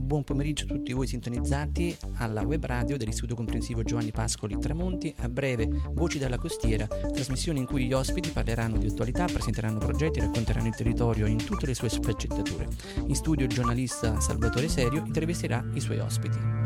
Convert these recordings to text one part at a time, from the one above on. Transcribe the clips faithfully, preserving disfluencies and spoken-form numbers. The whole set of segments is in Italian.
buon pomeriggio a tutti voi sintonizzati alla web radio dell'Istituto Comprensivo Giovanni Pascoli Tramonti. A breve Voci dalla Costiera, trasmissione in cui gli ospiti parleranno di attualità, presenteranno progetti, racconteranno il territorio in tutte le sue sfaccettature. In studio il giornalista Salvatore Serio intervisterà i suoi ospiti.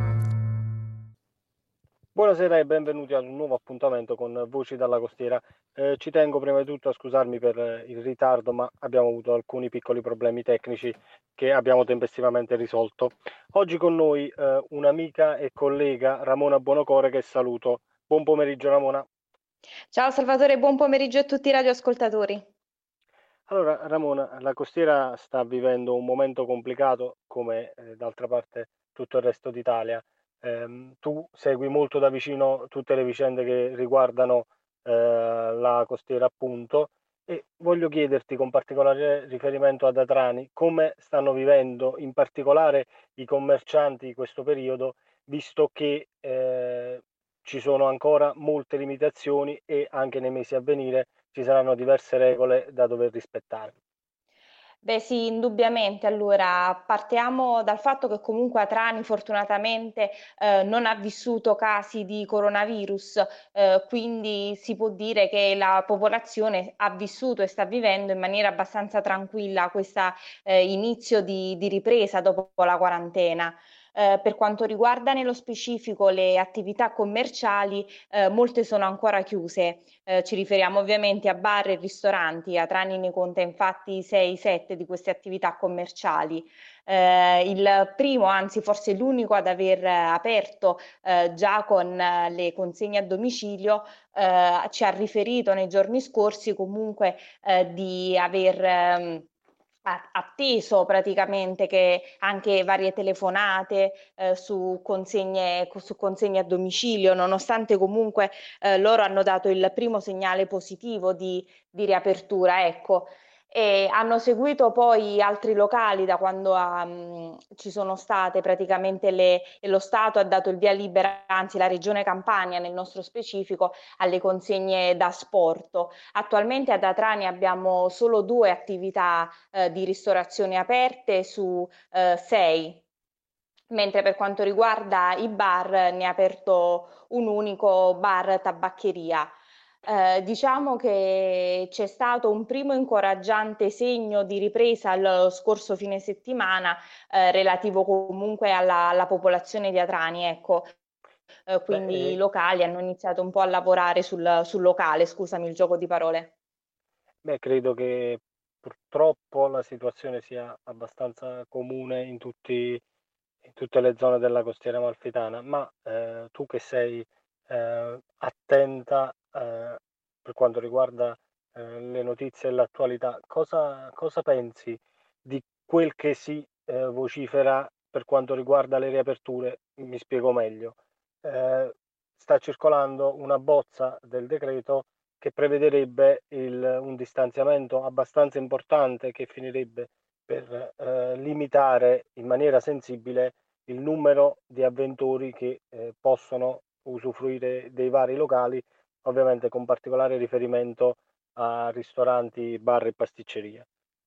Buonasera e benvenuti ad un nuovo appuntamento con Voci dalla Costiera. Eh, ci tengo prima di tutto a scusarmi per il ritardo, ma abbiamo avuto alcuni piccoli problemi tecnici che abbiamo tempestivamente risolto. Oggi con noi eh, un'amica e collega, Ramona Buonocore, che saluto. Buon pomeriggio Ramona. Ciao Salvatore, buon pomeriggio a tutti i radioascoltatori. Allora Ramona, la Costiera sta vivendo un momento complicato come eh, d'altra parte tutto il resto d'Italia. Eh, tu segui molto da vicino tutte le vicende che riguardano eh, la Costiera, appunto, e voglio chiederti con particolare riferimento ad Atrani come stanno vivendo in particolare i commercianti questo periodo, visto che eh, ci sono ancora molte limitazioni e anche nei mesi a venire ci saranno diverse regole da dover rispettare. Beh sì, indubbiamente. Allora, partiamo dal fatto che comunque Atrani fortunatamente eh, non ha vissuto casi di coronavirus, eh, quindi si può dire che la popolazione ha vissuto e sta vivendo in maniera abbastanza tranquilla questo eh, inizio di, di ripresa dopo la quarantena. Eh, per quanto riguarda nello specifico le attività commerciali, eh, molte sono ancora chiuse. Eh, ci riferiamo ovviamente a bar e ristoranti. Atrani ne conta infatti sei sette di queste attività commerciali. Eh, il primo, anzi forse l'unico ad aver eh, aperto eh, già con eh, le consegne a domicilio, eh, ci ha riferito nei giorni scorsi comunque eh, di aver ehm, a- atteso praticamente che anche varie telefonate eh, su consegne, su consegne a domicilio, nonostante comunque eh, loro hanno dato il primo segnale positivo di, di riapertura, ecco. E hanno seguito poi altri locali da quando ha, mh, ci sono state praticamente le, e lo Stato ha dato il via libera, anzi la Regione Campania nel nostro specifico, alle consegne da asporto. Attualmente ad Atrani abbiamo solo due attività eh, di ristorazione aperte su eh, sei, mentre per quanto riguarda i bar ne ha aperto un unico bar tabaccheria. Eh, diciamo che c'è stato un primo incoraggiante segno di ripresa lo scorso fine settimana, eh, relativo comunque alla, alla popolazione di Atrani, ecco. Eh, Beh, quindi i eh, locali hanno iniziato un po' a lavorare sul, sul locale, scusami il gioco di parole. beh, credo che purtroppo la situazione sia abbastanza comune in tutti, in tutte le zone della costiera amalfitana, ma eh, tu che sei eh, attenta eh, per quanto riguarda eh, le notizie e l'attualità, cosa, cosa pensi di quel che si eh, vocifera per quanto riguarda le riaperture? Mi spiego meglio. Eh, sta circolando una bozza del decreto che prevederebbe il- un distanziamento abbastanza importante che finirebbe per eh, limitare in maniera sensibile il numero di avventori che eh, possono usufruire dei vari locali, ovviamente con particolare riferimento a ristoranti, bar e pasticcerie.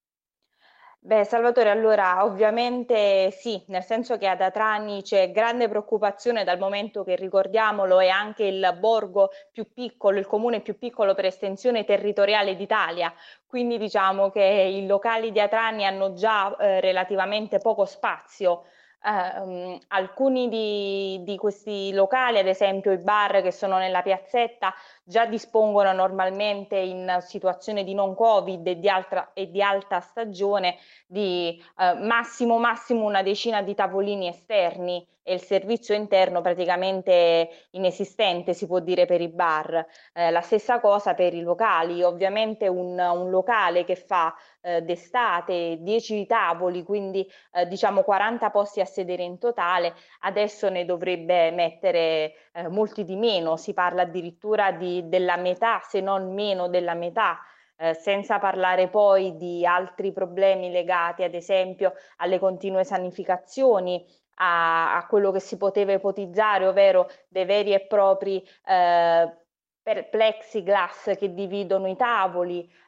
Beh, Salvatore, allora ovviamente sì, nel senso che ad Atrani c'è grande preoccupazione dal momento che, ricordiamolo, è anche il borgo più piccolo, il comune più piccolo per estensione territoriale d'Italia, quindi diciamo che i locali di Atrani hanno già eh, relativamente poco spazio. Ehm, alcuni di, di questi locali, ad esempio i bar che sono nella piazzetta, già dispongono normalmente in situazione di non Covid e di altra, e di alta stagione di eh, massimo massimo una decina di tavolini esterni e il servizio interno praticamente inesistente, si può dire, per i bar. Eh, la stessa cosa per i locali, ovviamente un, un locale che fa eh, d'estate dieci tavoli, quindi eh, diciamo quaranta posti a sedere in totale, adesso ne dovrebbe mettere eh, molti di meno, si parla addirittura di, della metà, se non meno della metà. Eh, senza parlare poi di altri problemi legati, ad esempio, alle continue sanificazioni, a, a quello che si poteva ipotizzare, ovvero dei veri e propri eh, per plexiglass che dividono i tavoli,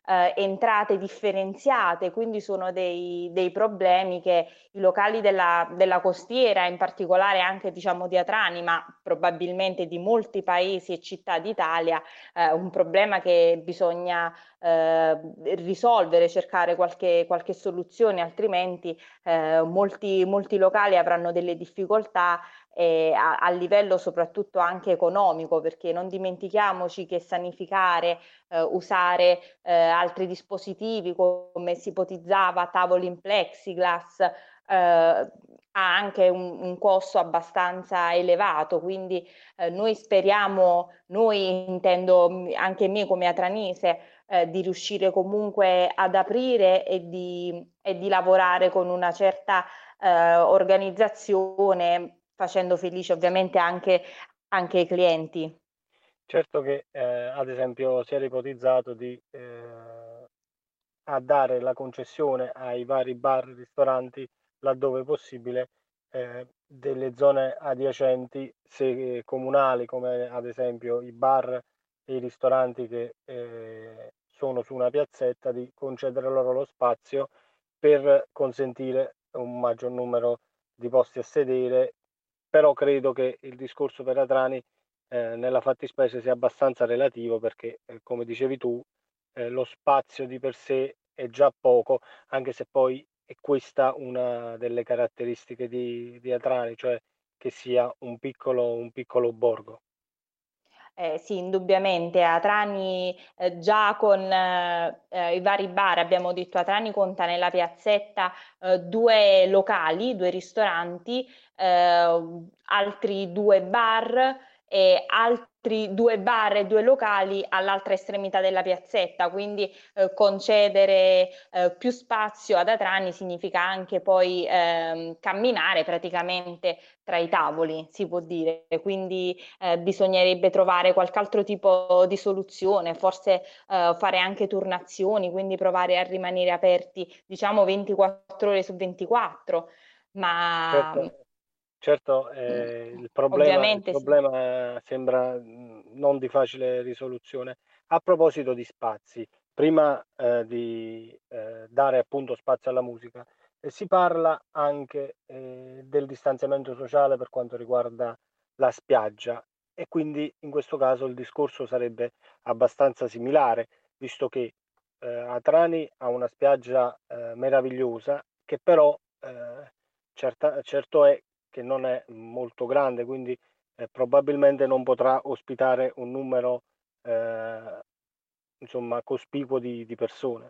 eh, entrate differenziate, quindi sono dei, dei problemi che i locali della, della costiera, in particolare anche diciamo di Atrani, ma probabilmente di molti paesi e città d'Italia, eh, un problema che bisogna eh, risolvere, cercare qualche, qualche soluzione, altrimenti eh, molti, molti locali avranno delle difficoltà eh, a, a livello soprattutto anche economico, perché non dimentichiamoci che sanificare, eh, usare eh, altri dispositivi come si ipotizzava, tavoli in plexiglass, eh, ha anche un, un costo abbastanza elevato, quindi eh, noi speriamo, noi intendo anche me come atranese, eh, di riuscire comunque ad aprire e di, e di lavorare con una certa eh, organizzazione, facendo felice ovviamente anche, anche i clienti. Certo che eh, ad esempio si era ipotizzato di eh, a dare la concessione ai vari bar e ristoranti, laddove possibile, eh, delle zone adiacenti, se comunali, come ad esempio i bar e i ristoranti che eh, sono su una piazzetta, di concedere loro lo spazio per consentire un maggior numero di posti a sedere. Però credo che il discorso per Atrani eh, nella fattispecie sia abbastanza relativo, perché eh, come dicevi tu, eh, lo spazio di per sé è già poco, anche se poi è questa una delle caratteristiche di, di Atrani, cioè che sia un piccolo, un piccolo borgo. Eh, sì, indubbiamente a Trani eh, già con eh, eh, i vari bar, abbiamo detto a Trani conta nella piazzetta eh, due locali, due ristoranti, eh, altri due bar e altri due bar e due locali all'altra estremità della piazzetta, quindi eh, concedere eh, più spazio ad Atrani significa anche poi ehm, camminare praticamente tra i tavoli, si può dire, quindi eh, bisognerebbe trovare qualche altro tipo di soluzione, forse eh, fare anche turnazioni, quindi provare a rimanere aperti, diciamo ventiquattro ore su ventiquattro, ma Certo, certo mh, eh, il problema, il ovviamente sì. problema sembra mh, non di facile risoluzione. A proposito di spazi, prima eh, di eh, dare appunto spazio alla musica, eh, si parla anche eh, del distanziamento sociale per quanto riguarda la spiaggia, e quindi in questo caso il discorso sarebbe abbastanza similare, visto che eh, Atrani ha una spiaggia eh, meravigliosa, che però eh, certa- certo è che non è molto grande, quindi eh, probabilmente non potrà ospitare un numero eh, insomma cospicuo di, di persone.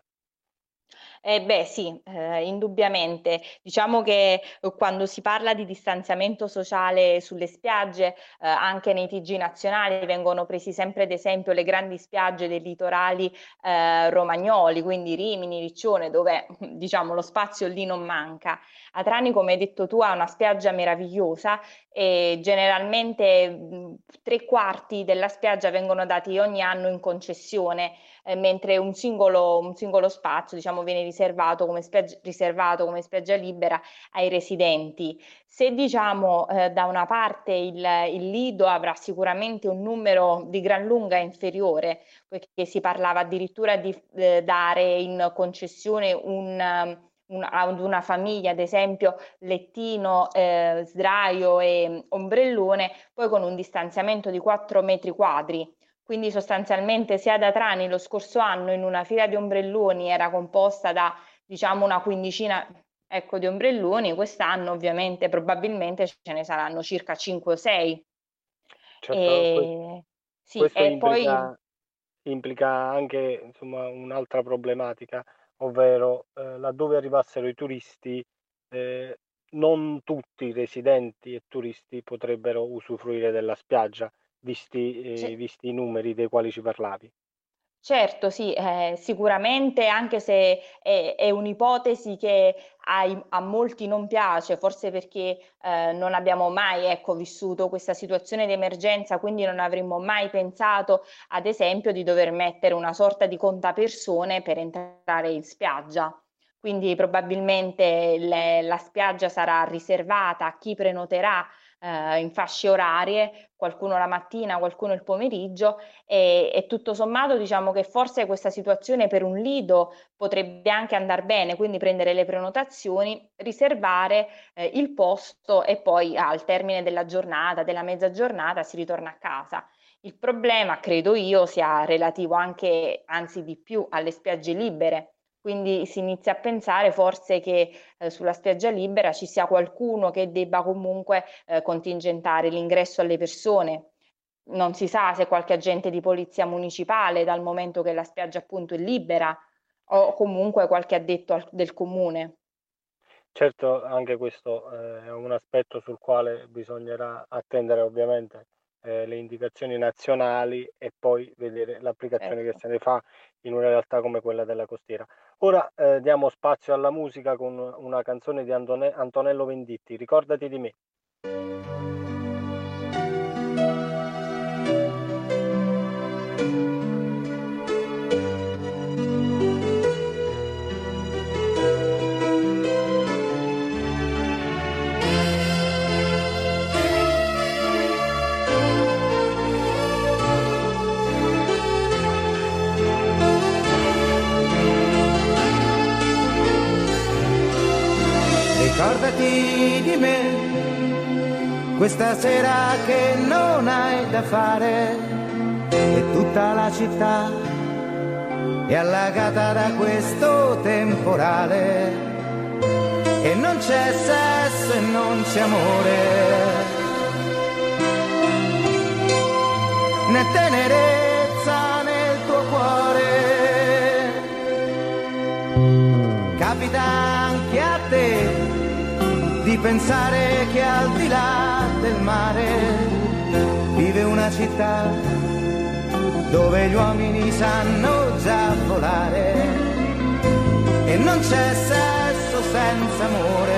Eh beh sì, eh, indubbiamente. Diciamo che eh, quando si parla di distanziamento sociale sulle spiagge, eh, anche nei T G nazionali vengono presi sempre ad esempio le grandi spiagge dei litorali eh, romagnoli, quindi Rimini, Riccione, dove diciamo lo spazio lì non manca. Atrani, come hai detto tu, ha una spiaggia meravigliosa e generalmente mh, tre quarti della spiaggia vengono dati ogni anno in concessione, eh, mentre un singolo, un singolo spazio, diciamo, viene riservato come spiaggia, riservato come spiaggia libera ai residenti. Se diciamo eh, da una parte il, il Lido avrà sicuramente un numero di gran lunga inferiore, perché si parlava addirittura di eh, dare in concessione un un- ad una famiglia, ad esempio lettino, eh, sdraio e ombrellone, poi con un distanziamento di quattro metri quadri. Quindi sostanzialmente sia ad Atrani lo scorso anno in una fila di ombrelloni era composta da diciamo una quindicina, ecco, di ombrelloni, quest'anno ovviamente probabilmente ce ne saranno circa cinque o sei. Certo, que- E sì, questo e poi implica, implica anche insomma, un'altra problematica, ovvero eh, laddove arrivassero i turisti, eh, non tutti i residenti e turisti potrebbero usufruire della spiaggia, visti, eh, c'è. visti i numeri dei quali ci parlavi. Certo, sì, eh, sicuramente anche se è, è un'ipotesi che ai- a, molti non piace, forse perché eh, non abbiamo mai, ecco, vissuto questa situazione di emergenza, quindi non avremmo mai pensato, ad esempio, di dover mettere una sorta di contapersone per entrare in spiaggia. Quindi probabilmente le- la spiaggia sarà riservata a chi prenoterà eh, in fasce orarie, qualcuno la mattina, qualcuno il pomeriggio, e, e tutto sommato diciamo che forse questa situazione per un lido potrebbe anche andare bene, quindi prendere le prenotazioni, riservare eh, il posto e poi al termine della giornata, della mezza giornata, si ritorna a casa. Il problema, credo io, sia relativo anche, anzi di più, alle spiagge libere. Quindi si inizia a pensare forse che eh, sulla spiaggia libera ci sia qualcuno che debba comunque eh, contingentare l'ingresso alle persone. Non si sa se qualche agente di polizia municipale, dal momento che la spiaggia appunto è libera, o comunque qualche addetto al- del comune. Certo, anche questo eh, è un aspetto sul quale bisognerà attendere ovviamente eh, le indicazioni nazionali e poi vedere l'applicazione che Certo. se ne fa in una realtà come quella della costiera. Ora eh, diamo spazio alla musica con una canzone di Antone- Antonello Venditti, Ricordati di me. Ricordati di me, questa sera che non hai da fare, e tutta la città è allagata da questo temporale, e non c'è sesso e non c'è amore, né tenerezza nel tuo cuore. Capita anche a te di pensare che al di là del mare vive una città dove gli uomini sanno già volare, e non c'è sesso senza amore,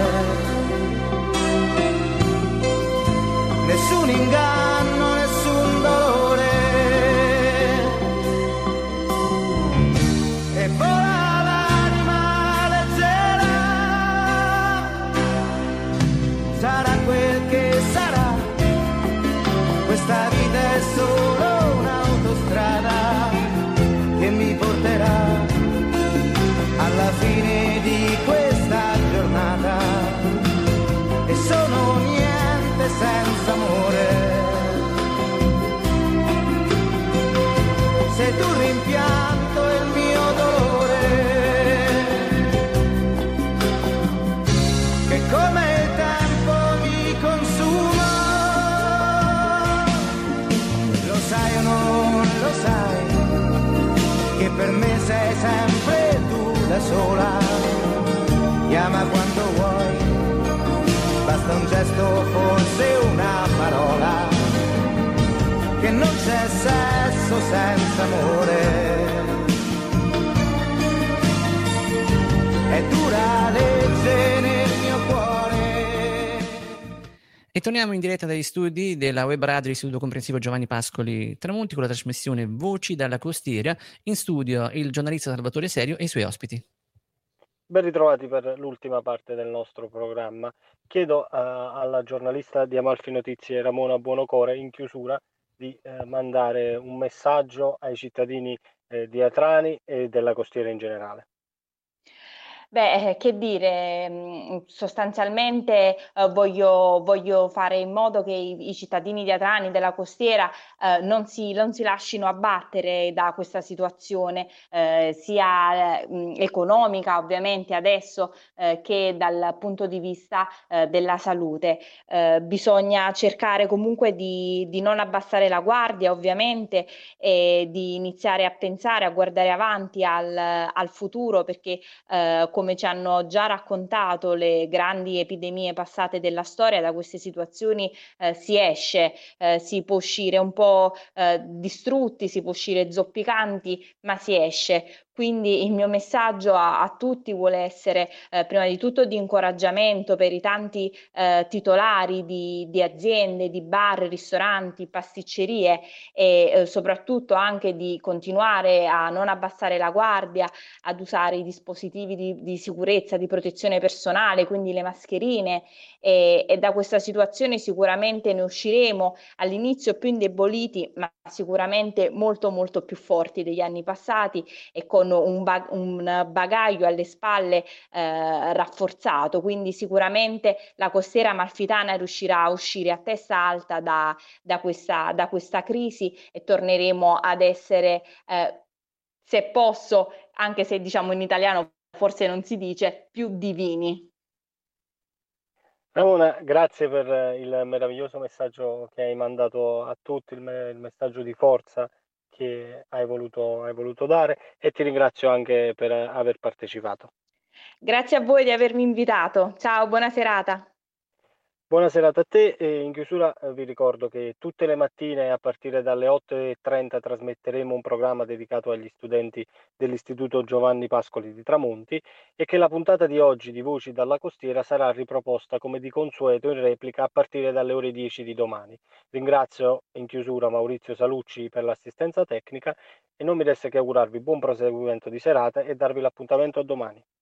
nessun inganno, nessun dolore, e vola quel che sarà, questa vita è solo un'autostrada che mi porterà alla fine di questa giornata, e sono niente senza amore. Se tu rimpianto il mio dolore, che come il tempo sai o non lo sai, che per me sei sempre tu da sola. Chiama quando vuoi, basta un gesto, forse una parola, che non c'è sesso senza amore. È dura legge nel mio cuore. E torniamo in diretta dagli studi della web radio dell'Istituto Comprensivo Giovanni Pascoli Tramonti con la trasmissione Voci dalla Costiera. In studio il giornalista Salvatore Serio e i suoi ospiti. Ben ritrovati per l'ultima parte del nostro programma. Chiedo uh, alla giornalista di Amalfi Notizie Ramona Buonocore in chiusura di uh, mandare un messaggio ai cittadini eh, di Atrani e della costiera in generale. Beh, che dire, sostanzialmente eh, voglio, voglio fare in modo che i, i cittadini di Atrani, della costiera, eh, non si, non si lascino abbattere da questa situazione, eh, sia mh, economica ovviamente adesso, eh, che dal punto di vista eh, della salute. Eh, bisogna cercare comunque di, di non abbassare la guardia, ovviamente, e di iniziare a pensare, a guardare avanti al, al futuro, perché eh, come ci hanno già raccontato le grandi epidemie passate della storia, da queste situazioni eh, si esce, eh, si può uscire un po' eh, distrutti, si può uscire zoppicanti, ma si esce. Quindi il mio messaggio a, a tutti vuole essere eh, prima di tutto di incoraggiamento per i tanti eh, titolari di, di aziende, di bar, ristoranti, pasticcerie e eh, soprattutto anche di continuare a non abbassare la guardia, ad usare i dispositivi di, di sicurezza, di protezione personale, quindi le mascherine e, e da questa situazione sicuramente ne usciremo all'inizio più indeboliti, ma sicuramente molto molto più forti degli anni passati e con un, bag- un bagaglio alle spalle eh, rafforzato, quindi sicuramente la costiera amalfitana riuscirà a uscire a testa alta da, da questa, da questa crisi e torneremo ad essere, eh, se posso, anche se diciamo in italiano forse non si dice, più divini. Ramona, grazie per eh, il meraviglioso messaggio che hai mandato a tutti, il, me- il messaggio di forza che hai voluto, hai voluto dare, e ti ringrazio anche per eh, aver partecipato. Grazie a voi di avermi invitato. Ciao, buona serata. Buona serata a te e in chiusura eh, vi ricordo che tutte le mattine a partire dalle otto e trenta trasmetteremo un programma dedicato agli studenti dell'Istituto Giovanni Pascoli di Tramonti e che la puntata di oggi di Voci dalla Costiera sarà riproposta come di consueto in replica a partire dalle ore dieci di domani. Ringrazio in chiusura Maurizio Salucci per l'assistenza tecnica e non mi resta che augurarvi buon proseguimento di serata e darvi l'appuntamento a domani.